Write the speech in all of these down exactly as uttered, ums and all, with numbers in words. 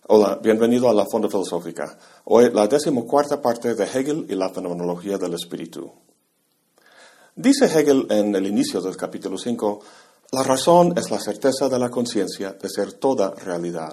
Hola, bienvenido a la Fonda Filosófica. Hoy la decimocuarta parte de Hegel y la fenomenología del espíritu. Dice Hegel en el inicio del capítulo cinco, la razón es la certeza de la conciencia de ser toda realidad.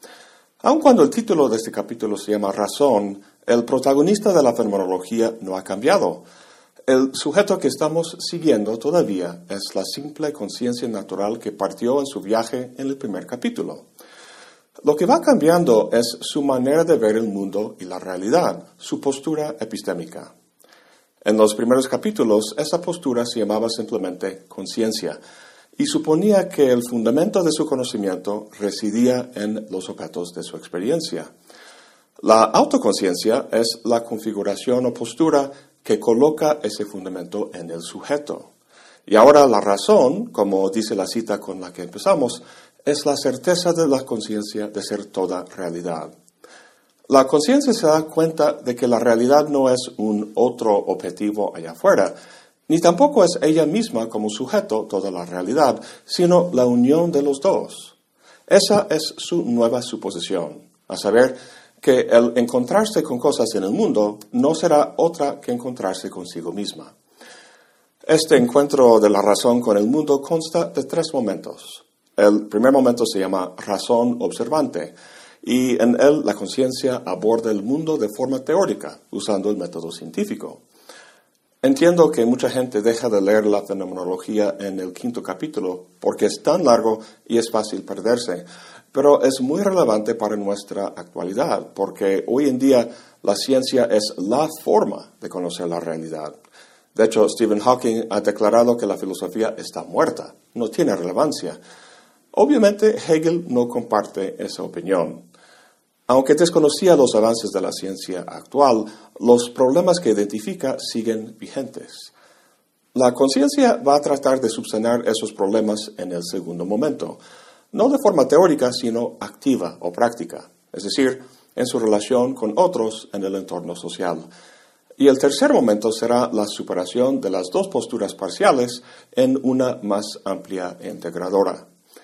Aun cuando el título de este capítulo se llama Razón, el protagonista de la fenomenología no ha cambiado. El sujeto que estamos siguiendo todavía es la simple conciencia natural que partió en su viaje en el primer capítulo. Lo que va cambiando es su manera de ver el mundo y la realidad, su postura epistémica. En los primeros capítulos, esa postura se llamaba simplemente conciencia y suponía que el fundamento de su conocimiento residía en los objetos de su experiencia. La autoconciencia es la configuración o postura que coloca ese fundamento en el sujeto. Y ahora la razón, como dice la cita con la que empezamos, es la certeza de la conciencia de ser toda realidad. La conciencia se da cuenta de que la realidad no es un otro objetivo allá afuera, ni tampoco es ella misma como sujeto toda la realidad, sino la unión de los dos. Esa es su nueva suposición, a saber que el encontrarse con cosas en el mundo no será otra que encontrarse consigo misma. Este encuentro de la razón con el mundo consta de tres momentos. El primer momento se llama razón observante, y en él la conciencia aborda el mundo de forma teórica, usando el método científico. Entiendo que mucha gente deja de leer la fenomenología en el quinto capítulo porque es tan largo y es fácil perderse, pero es muy relevante para nuestra actualidad, porque hoy en día la ciencia es la forma de conocer la realidad. De hecho, Stephen Hawking ha declarado que la filosofía está muerta, no tiene relevancia. Obviamente, Hegel no comparte esa opinión. Aunque desconocía los avances de la ciencia actual, los problemas que identifica siguen vigentes. La conciencia va a tratar de subsanar esos problemas en el segundo momento, no de forma teórica, sino activa o práctica, es decir, en su relación con otros en el entorno social. Y el tercer momento será la superación de las dos posturas parciales en una más amplia e integradora.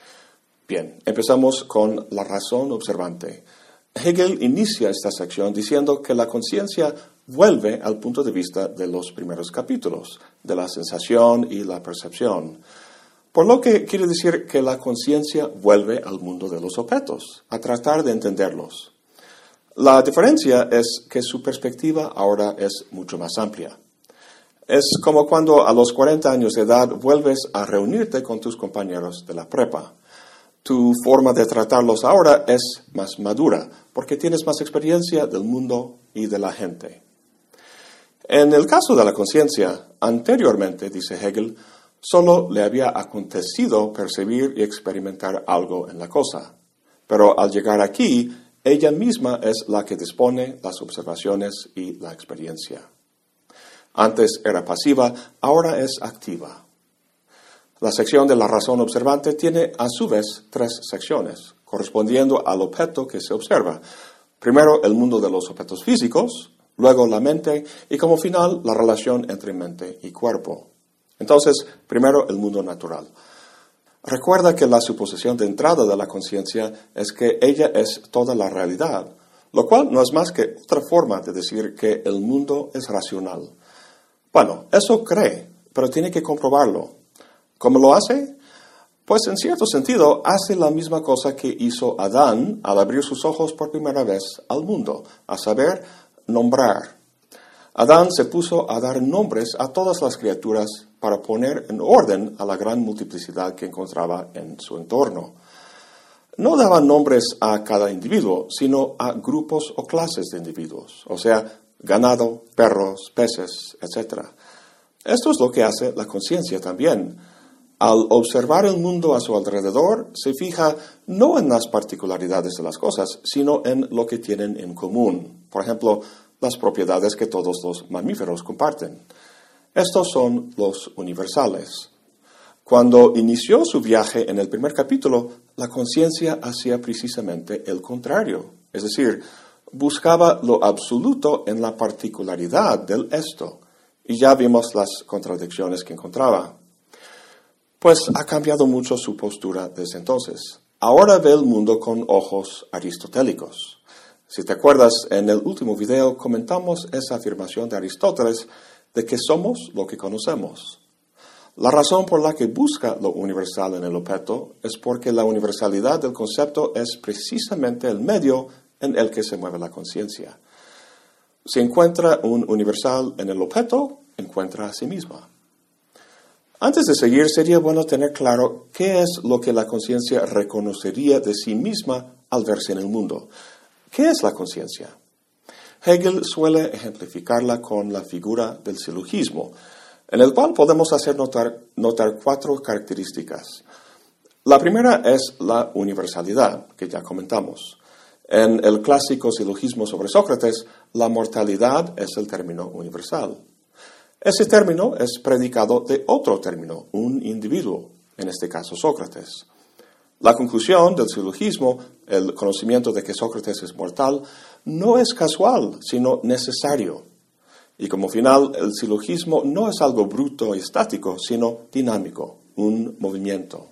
Bien, empezamos con la razón observante. Hegel inicia esta sección diciendo que la conciencia vuelve al punto de vista de los primeros capítulos, de la sensación y la percepción. Por lo que quiere decir que la conciencia vuelve al mundo de los objetos, a tratar de entenderlos. La diferencia es que su perspectiva ahora es mucho más amplia. Es como cuando a los cuarenta años de edad vuelves a reunirte con tus compañeros de la prepa. Tu forma de tratarlos ahora es más madura, porque tienes más experiencia del mundo y de la gente. En el caso de la conciencia, anteriormente, dice Hegel, solo le había acontecido percibir y experimentar algo en la cosa. Pero al llegar aquí, ella misma es la que dispone las observaciones y la experiencia. Antes era pasiva, ahora es activa. La sección de la razón observante tiene a su vez tres secciones, correspondiendo al objeto que se observa. Primero, el mundo de los objetos físicos, luego la mente y como final, la relación entre mente y cuerpo. Entonces, primero, el mundo natural. Recuerda que la suposición de entrada de la conciencia es que ella es toda la realidad, lo cual no es más que otra forma de decir que el mundo es racional. Bueno, eso cree, pero tiene que comprobarlo. ¿Cómo lo hace? Pues en cierto sentido hace la misma cosa que hizo Adán al abrir sus ojos por primera vez al mundo, a saber, nombrar. Adán se puso a dar nombres a todas las criaturas para poner en orden a la gran multiplicidad que encontraba en su entorno. No daba nombres a cada individuo, sino a grupos o clases de individuos, o sea, ganado, perros, peces, etcétera. Esto es lo que hace la conciencia también. Al observar el mundo a su alrededor, se fija no en las particularidades de las cosas, sino en lo que tienen en común. Por ejemplo, las propiedades que todos los mamíferos comparten. Estos son los universales. Cuando inició su viaje en el primer capítulo, la conciencia hacía precisamente el contrario. Es decir, buscaba lo absoluto en la particularidad del esto. Y ya vimos las contradicciones que encontraba. Pues ha cambiado mucho su postura desde entonces. ahora ve el mundo con ojos aristotélicos. Si te acuerdas, en el último video comentamos esa afirmación de Aristóteles de que somos lo que conocemos. La razón por la que busca lo universal en el objeto es porque la universalidad del concepto es precisamente el medio en el que se mueve la conciencia. Si encuentra un universal en el objeto, encuentra a sí misma. Antes de seguir, sería bueno tener claro qué es lo que la conciencia reconocería de sí misma al verse en el mundo. ¿Qué es la conciencia? Hegel suele ejemplificarla con la figura del silogismo, en el cual podemos hacer notar, notar cuatro características. La primera es la universalidad, que ya comentamos. En el clásico silogismo sobre Sócrates, la mortalidad es el término universal. Ese término es predicado de otro término, un individuo, en este caso Sócrates. La conclusión del silogismo, el conocimiento de que Sócrates es mortal, no es casual, sino necesario. Y como final, el silogismo no es algo bruto y estático, sino dinámico, un movimiento.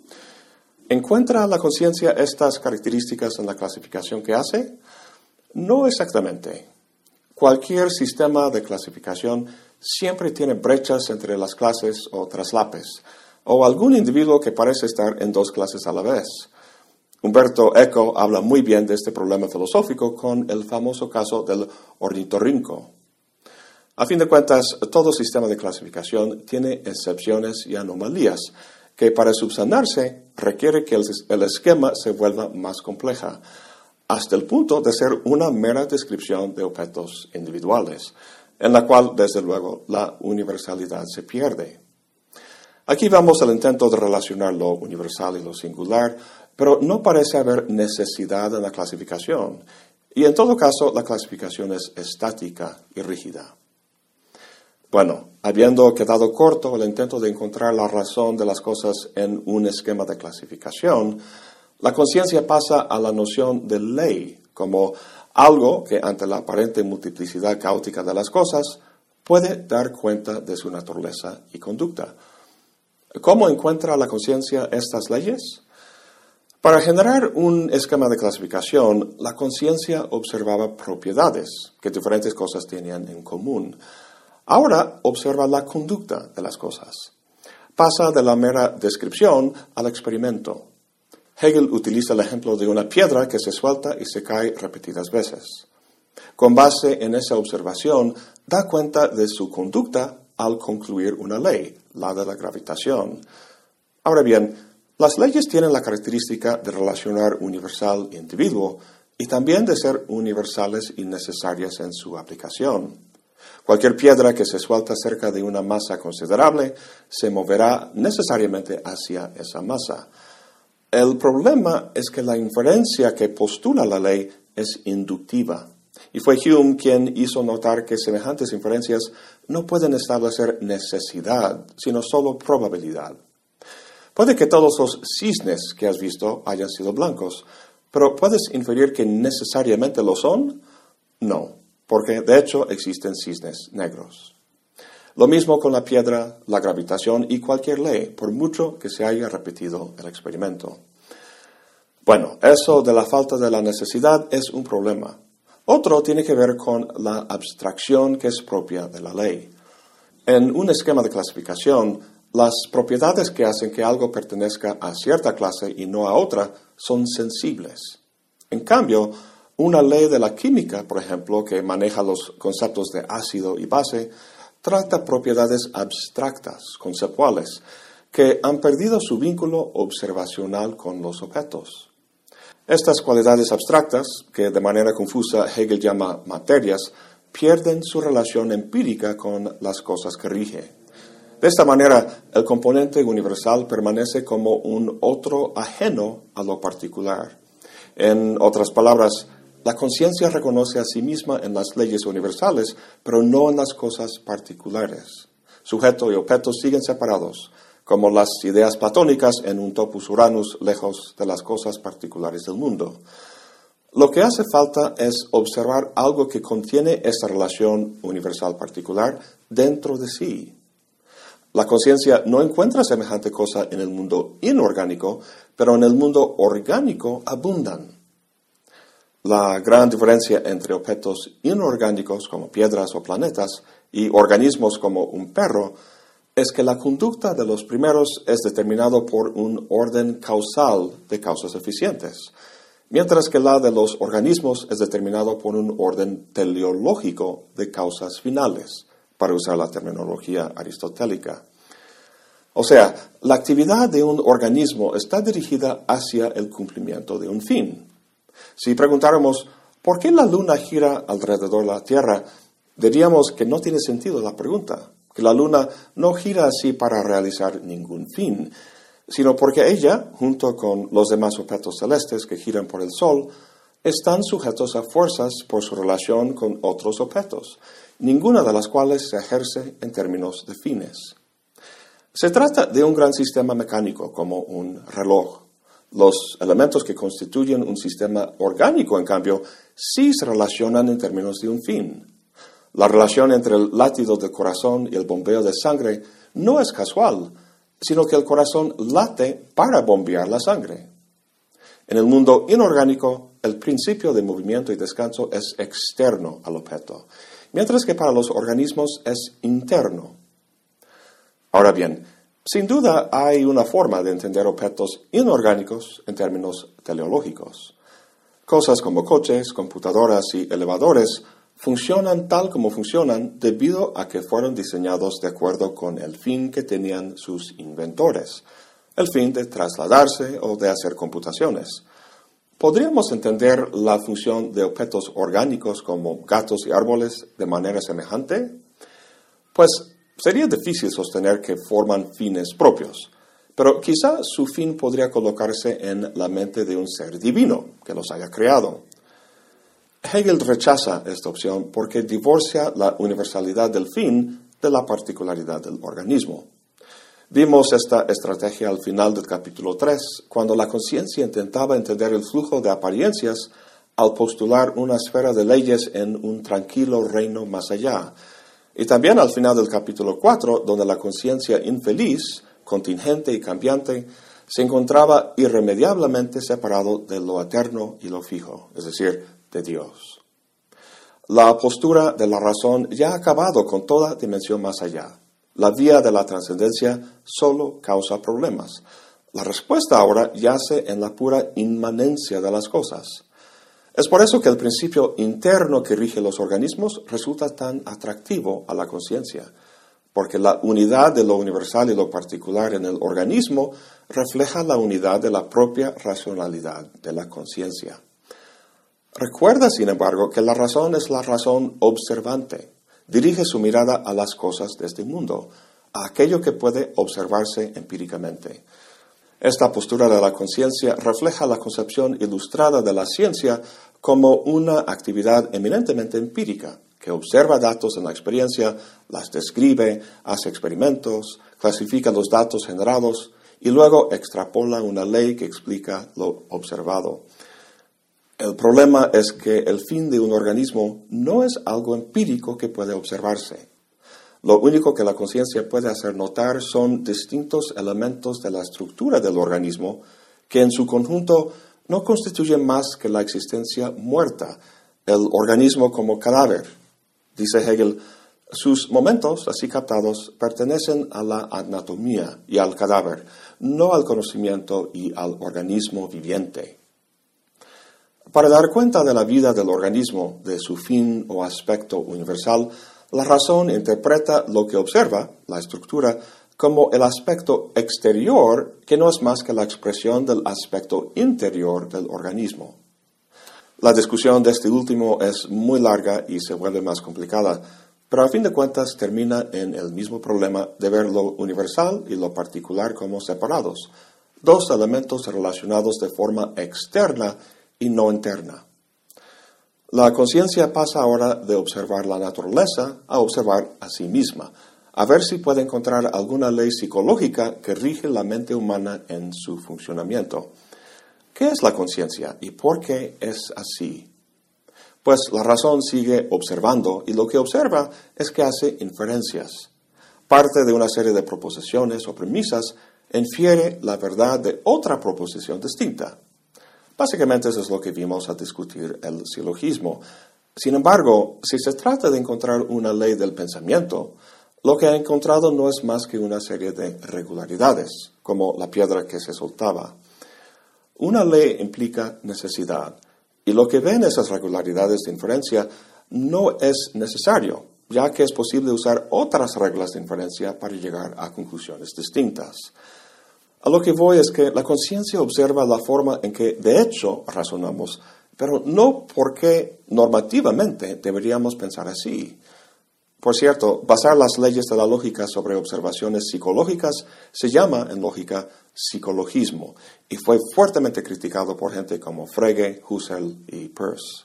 ¿Encuentra la conciencia estas características en la clasificación que hace? No exactamente. Cualquier sistema de clasificación siempre tiene brechas entre las clases o traslapes, o algún individuo que parece estar en dos clases a la vez. Umberto Eco habla muy bien de este problema filosófico con el famoso caso del ornitorrinco. A fin de cuentas, todo sistema de clasificación tiene excepciones y anomalías, que para subsanarse requiere que el, el esquema se vuelva más compleja, hasta el punto de ser una mera descripción de objetos individuales, en la cual, desde luego, la universalidad se pierde. Aquí vamos al intento de relacionar lo universal y lo singular, pero no parece haber necesidad en la clasificación, y en todo caso la clasificación es estática y rígida. Bueno, habiendo quedado corto el intento de encontrar la razón de las cosas en un esquema de clasificación, la conciencia pasa a la noción de ley, como algo que ante la aparente multiplicidad caótica de las cosas puede dar cuenta de su naturaleza y conducta. ¿Cómo encuentra la conciencia estas leyes? Para generar un esquema de clasificación, la conciencia observaba propiedades que diferentes cosas tenían en común. Ahora observa la conducta de las cosas. Pasa de la mera descripción al experimento. Hegel utiliza el ejemplo de una piedra que se suelta y se cae repetidas veces. Con base en esa observación, da cuenta de su conducta al concluir una ley, la de la gravitación. Ahora bien, las leyes tienen la característica de relacionar universal e individuo y también de ser universales y necesarias en su aplicación. Cualquier piedra que se suelta cerca de una masa considerable se moverá necesariamente hacia esa masa. El problema es que la inferencia que postula la ley es inductiva. Y fue Hume quien hizo notar que semejantes inferencias no pueden establecer necesidad, sino solo probabilidad. Puede que todos los cisnes que has visto hayan sido blancos, pero ¿puedes inferir que necesariamente lo son? No, porque de hecho existen cisnes negros. Lo mismo con la piedra, la gravitación y cualquier ley, por mucho que se haya repetido el experimento. Bueno, eso de la falta de la necesidad es un problema. Otro tiene que ver con la abstracción que es propia de la ley. En un esquema de clasificación, las propiedades que hacen que algo pertenezca a cierta clase y no a otra son sensibles. En cambio, una ley de la química, por ejemplo, que maneja los conceptos de ácido y base, trata propiedades abstractas, conceptuales, que han perdido su vínculo observacional con los objetos. Estas cualidades abstractas, que de manera confusa Hegel llama materias, pierden su relación empírica con las cosas que rige. De esta manera, el componente universal permanece como un otro ajeno a lo particular. En otras palabras, la conciencia reconoce a sí misma en las leyes universales, pero no en las cosas particulares. Sujeto y objeto siguen separados, como las ideas platónicas en un topus uranus lejos de las cosas particulares del mundo. Lo que hace falta es observar algo que contiene esta relación universal particular dentro de sí. La conciencia no encuentra semejante cosa en el mundo inorgánico, pero en el mundo orgánico abundan. La gran diferencia entre objetos inorgánicos como piedras o planetas y organismos como un perro es que la conducta de los primeros es determinado por un orden causal de causas eficientes, mientras que la de los organismos es determinado por un orden teleológico de causas finales, para usar la terminología aristotélica. O sea, la actividad de un organismo está dirigida hacia el cumplimiento de un fin. Si preguntáramos, ¿por qué la Luna gira alrededor de la Tierra?, diríamos que no tiene sentido la pregunta, que la Luna no gira así para realizar ningún fin, sino porque ella, junto con los demás objetos celestes que giran por el Sol, están sujetos a fuerzas por su relación con otros objetos, ninguna de las cuales se ejerce en términos de fines. Se trata de un gran sistema mecánico, como un reloj. Los elementos que constituyen un sistema orgánico, en cambio, sí se relacionan en términos de un fin. La relación entre el latido del corazón y el bombeo de sangre no es casual, sino que el corazón late para bombear la sangre. En el mundo inorgánico, el principio de movimiento y descanso es externo al objeto, mientras que para los organismos es interno. Ahora bien, sin duda hay una forma de entender objetos inorgánicos en términos teleológicos. Cosas como coches, computadoras y elevadores funcionan tal como funcionan debido a que fueron diseñados de acuerdo con el fin que tenían sus inventores, el fin de trasladarse o de hacer computaciones. ¿Podríamos entender la función de objetos orgánicos como gatos y árboles de manera semejante? Pues sería difícil sostener que forman fines propios, pero quizá su fin podría colocarse en la mente de un ser divino que los haya creado. Hegel rechaza esta opción porque divorcia la universalidad del fin de la particularidad del organismo. Vimos esta estrategia al final del capítulo tres, cuando la conciencia intentaba entender el flujo de apariencias al postular una esfera de leyes en un tranquilo reino más allá. Y también al final del capítulo cuatro, donde la conciencia infeliz, contingente y cambiante, se encontraba irremediablemente separado de lo eterno y lo fijo, es decir, de Dios. La postura de la razón ya ha acabado con toda dimensión más allá. La vía de la trascendencia solo causa problemas. La respuesta ahora yace en la pura inmanencia de las cosas. Es por eso que el principio interno que rige los organismos resulta tan atractivo a la conciencia, porque la unidad de lo universal y lo particular en el organismo refleja la unidad de la propia racionalidad de la conciencia. Recuerda, sin embargo, que la razón es la razón observante. Dirige su mirada a las cosas de este mundo, a aquello que puede observarse empíricamente. Esta postura de la conciencia refleja la concepción ilustrada de la ciencia como una actividad eminentemente empírica, que observa datos en la experiencia, las describe, hace experimentos, clasifica los datos generados y luego extrapola una ley que explica lo observado. El problema es que el fin de un organismo no es algo empírico que puede observarse. Lo único que la conciencia puede hacer notar son distintos elementos de la estructura del organismo que en su conjunto no constituyen más que la existencia muerta, el organismo como cadáver. Dice Hegel, sus momentos, así captados, pertenecen a la anatomía y al cadáver, no al conocimiento y al organismo viviente. Para dar cuenta de la vida del organismo, de su fin o aspecto universal, la razón interpreta lo que observa, la estructura, como el aspecto exterior, que no es más que la expresión del aspecto interior del organismo. La discusión de este último es muy larga y se vuelve más complicada, pero a fin de cuentas termina en el mismo problema de ver lo universal y lo particular como separados, dos elementos relacionados de forma externa y no interna. La conciencia pasa ahora de observar la naturaleza a observar a sí misma, a ver si puede encontrar alguna ley psicológica que rige la mente humana en su funcionamiento. ¿Qué es la conciencia y por qué es así? Pues la razón sigue observando y lo que observa es que hace inferencias. parte de una serie de proposiciones o premisas, infiere la verdad de otra proposición distinta. Básicamente eso es lo que vimos al discutir el silogismo. Sin embargo, si se trata de encontrar una ley del pensamiento, lo que ha encontrado no es más que una serie de regularidades, como la piedra que se soltaba. Una ley implica necesidad, y lo que ven esas regularidades de inferencia no es necesario, ya que es posible usar otras reglas de inferencia para llegar a conclusiones distintas. A lo que voy es que la conciencia observa la forma en que de hecho razonamos, pero no porque normativamente deberíamos pensar así. Por cierto, basar las leyes de la lógica sobre observaciones psicológicas se llama en lógica psicologismo y fue fuertemente criticado por gente como Frege, Husserl y Peirce.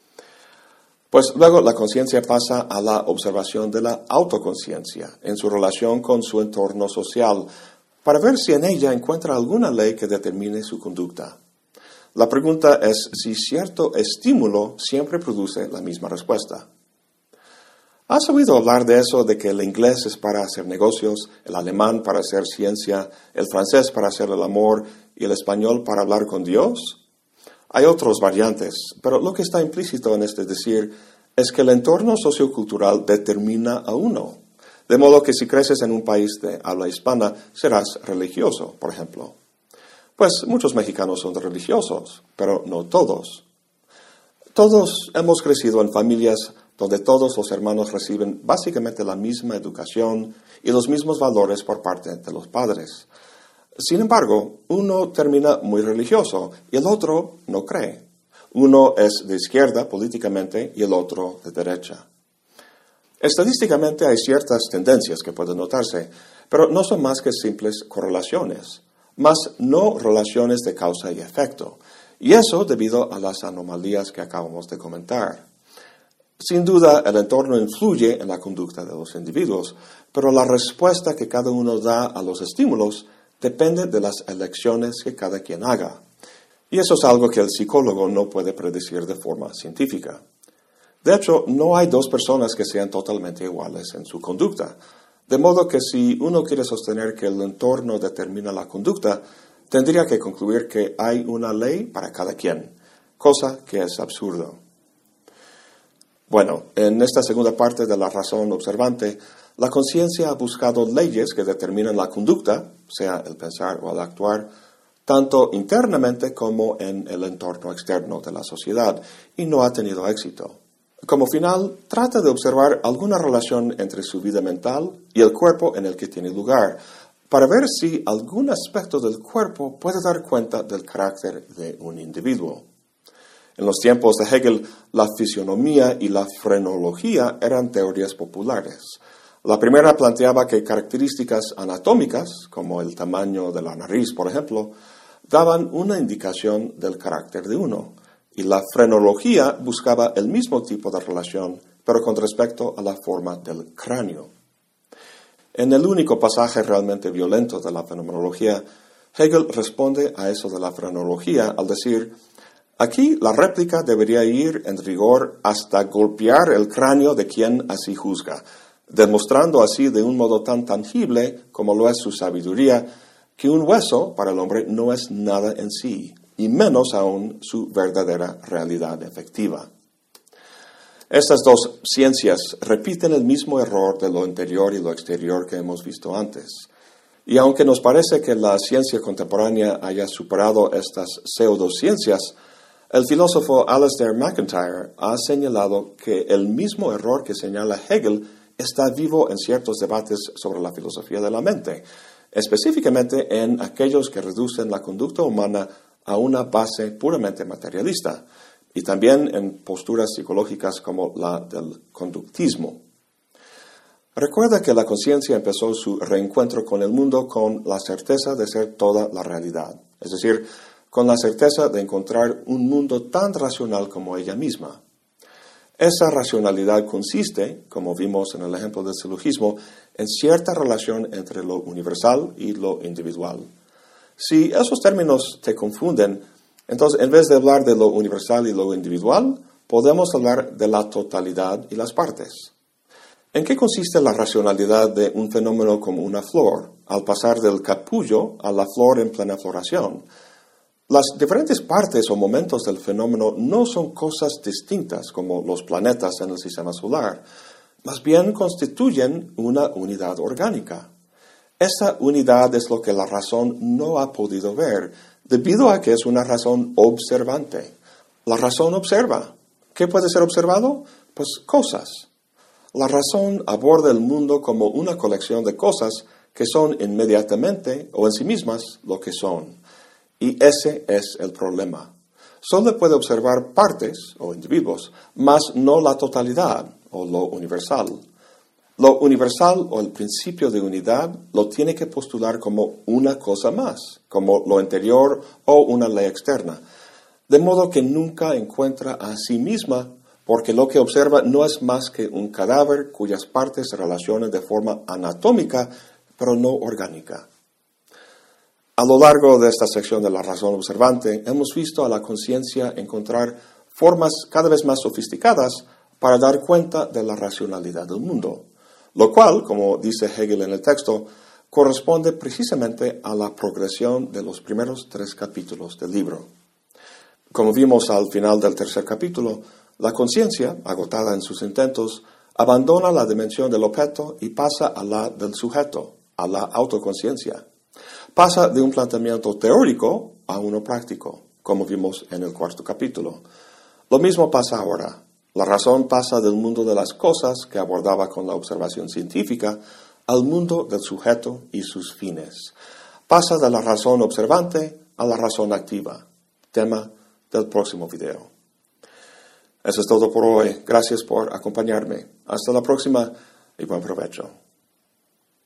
Pues luego la conciencia pasa a la observación de la autoconciencia en su relación con su entorno social para ver si en ella encuentra alguna ley que determine su conducta. La pregunta es si cierto estímulo siempre produce la misma respuesta. ¿Has oído hablar de eso, de que el inglés es para hacer negocios, el alemán para hacer ciencia, el francés para hacer el amor y el español para hablar con Dios? Hay otras variantes, pero lo que está implícito en este decir es que el entorno sociocultural determina a uno. De modo que si creces en un país de habla hispana, serás religioso, por ejemplo. Pues muchos mexicanos son religiosos, pero no todos. Todos hemos crecido en familias donde todos los hermanos reciben básicamente la misma educación y los mismos valores por parte de los padres. Sin embargo, uno termina muy religioso y el otro no cree. Uno es de izquierda políticamente y el otro de derecha. Estadísticamente hay ciertas tendencias que pueden notarse, pero no son más que simples correlaciones, más no relaciones de causa y efecto, y eso debido a las anomalías que acabamos de comentar. Sin duda, el entorno influye en la conducta de los individuos, pero la respuesta que cada uno da a los estímulos depende de las elecciones que cada quien haga. Y eso es algo que el psicólogo no puede predecir de forma científica. De hecho, no hay dos personas que sean totalmente iguales en su conducta. De modo que si uno quiere sostener que el entorno determina la conducta, tendría que concluir que hay una ley para cada quien, cosa que es absurdo. Bueno, en esta segunda parte de la razón observante, la conciencia ha buscado leyes que determinan la conducta, sea el pensar o el actuar, tanto internamente como en el entorno externo de la sociedad, y no ha tenido éxito. Como final, trata de observar alguna relación entre su vida mental y el cuerpo en el que tiene lugar, para ver si algún aspecto del cuerpo puede dar cuenta del carácter de un individuo. En los tiempos de Hegel, la fisionomía y la frenología eran teorías populares. La primera planteaba que características anatómicas, como el tamaño de la nariz, por ejemplo, daban una indicación del carácter de uno, y la frenología buscaba el mismo tipo de relación, pero con respecto a la forma del cráneo. En el único pasaje realmente violento de la fenomenología, Hegel responde a eso de la frenología al decir: aquí la réplica debería ir en rigor hasta golpear el cráneo de quien así juzga, demostrando así de un modo tan tangible como lo es su sabiduría, que un hueso para el hombre no es nada en sí, y menos aún su verdadera realidad efectiva. Estas dos ciencias repiten el mismo error de lo interior y lo exterior que hemos visto antes. Y aunque nos parece que la ciencia contemporánea haya superado estas pseudociencias, el filósofo Alasdair MacIntyre ha señalado que el mismo error que señala Hegel está vivo en ciertos debates sobre la filosofía de la mente, específicamente en aquellos que reducen la conducta humana a una base puramente materialista, y también en posturas psicológicas como la del conductismo. Recuerda que la conciencia empezó su reencuentro con el mundo con la certeza de ser toda la realidad, es decir, con la certeza de encontrar un mundo tan racional como ella misma. Esa racionalidad consiste, como vimos en el ejemplo del silogismo, en cierta relación entre lo universal y lo individual. Si esos términos te confunden, entonces en vez de hablar de lo universal y lo individual, podemos hablar de la totalidad y las partes. ¿En qué consiste la racionalidad de un fenómeno como una flor, al pasar del capullo a la flor en plena floración? Las diferentes partes o momentos del fenómeno no son cosas distintas como los planetas en el sistema solar, más bien constituyen una unidad orgánica. Esta unidad es lo que la razón no ha podido ver, debido a que es una razón observante. La razón observa. ¿Qué puede ser observado? Pues cosas. La razón aborda el mundo como una colección de cosas que son inmediatamente o en sí mismas lo que son. Y ese es el problema. Solo puede observar partes o individuos, mas no la totalidad o lo universal. Lo universal o el principio de unidad lo tiene que postular como una cosa más, como lo interior o una ley externa, de modo que nunca encuentra a sí misma, porque lo que observa no es más que un cadáver cuyas partes se relacionan de forma anatómica, pero no orgánica. A lo largo de esta sección de la razón observante, hemos visto a la conciencia encontrar formas cada vez más sofisticadas para dar cuenta de la racionalidad del mundo, lo cual, como dice Hegel en el texto, corresponde precisamente a la progresión de los primeros tres capítulos del libro. Como vimos al final del tercer capítulo, la conciencia, agotada en sus intentos, abandona la dimensión del objeto y pasa a la del sujeto, a la autoconciencia. Pasa de un planteamiento teórico a uno práctico, como vimos en el cuarto capítulo. Lo mismo pasa ahora. La razón pasa del mundo de las cosas que abordaba con la observación científica al mundo del sujeto y sus fines. Pasa de la razón observante a la razón activa. Tema del próximo video. Eso es todo por hoy. Gracias por acompañarme. Hasta la próxima y buen provecho.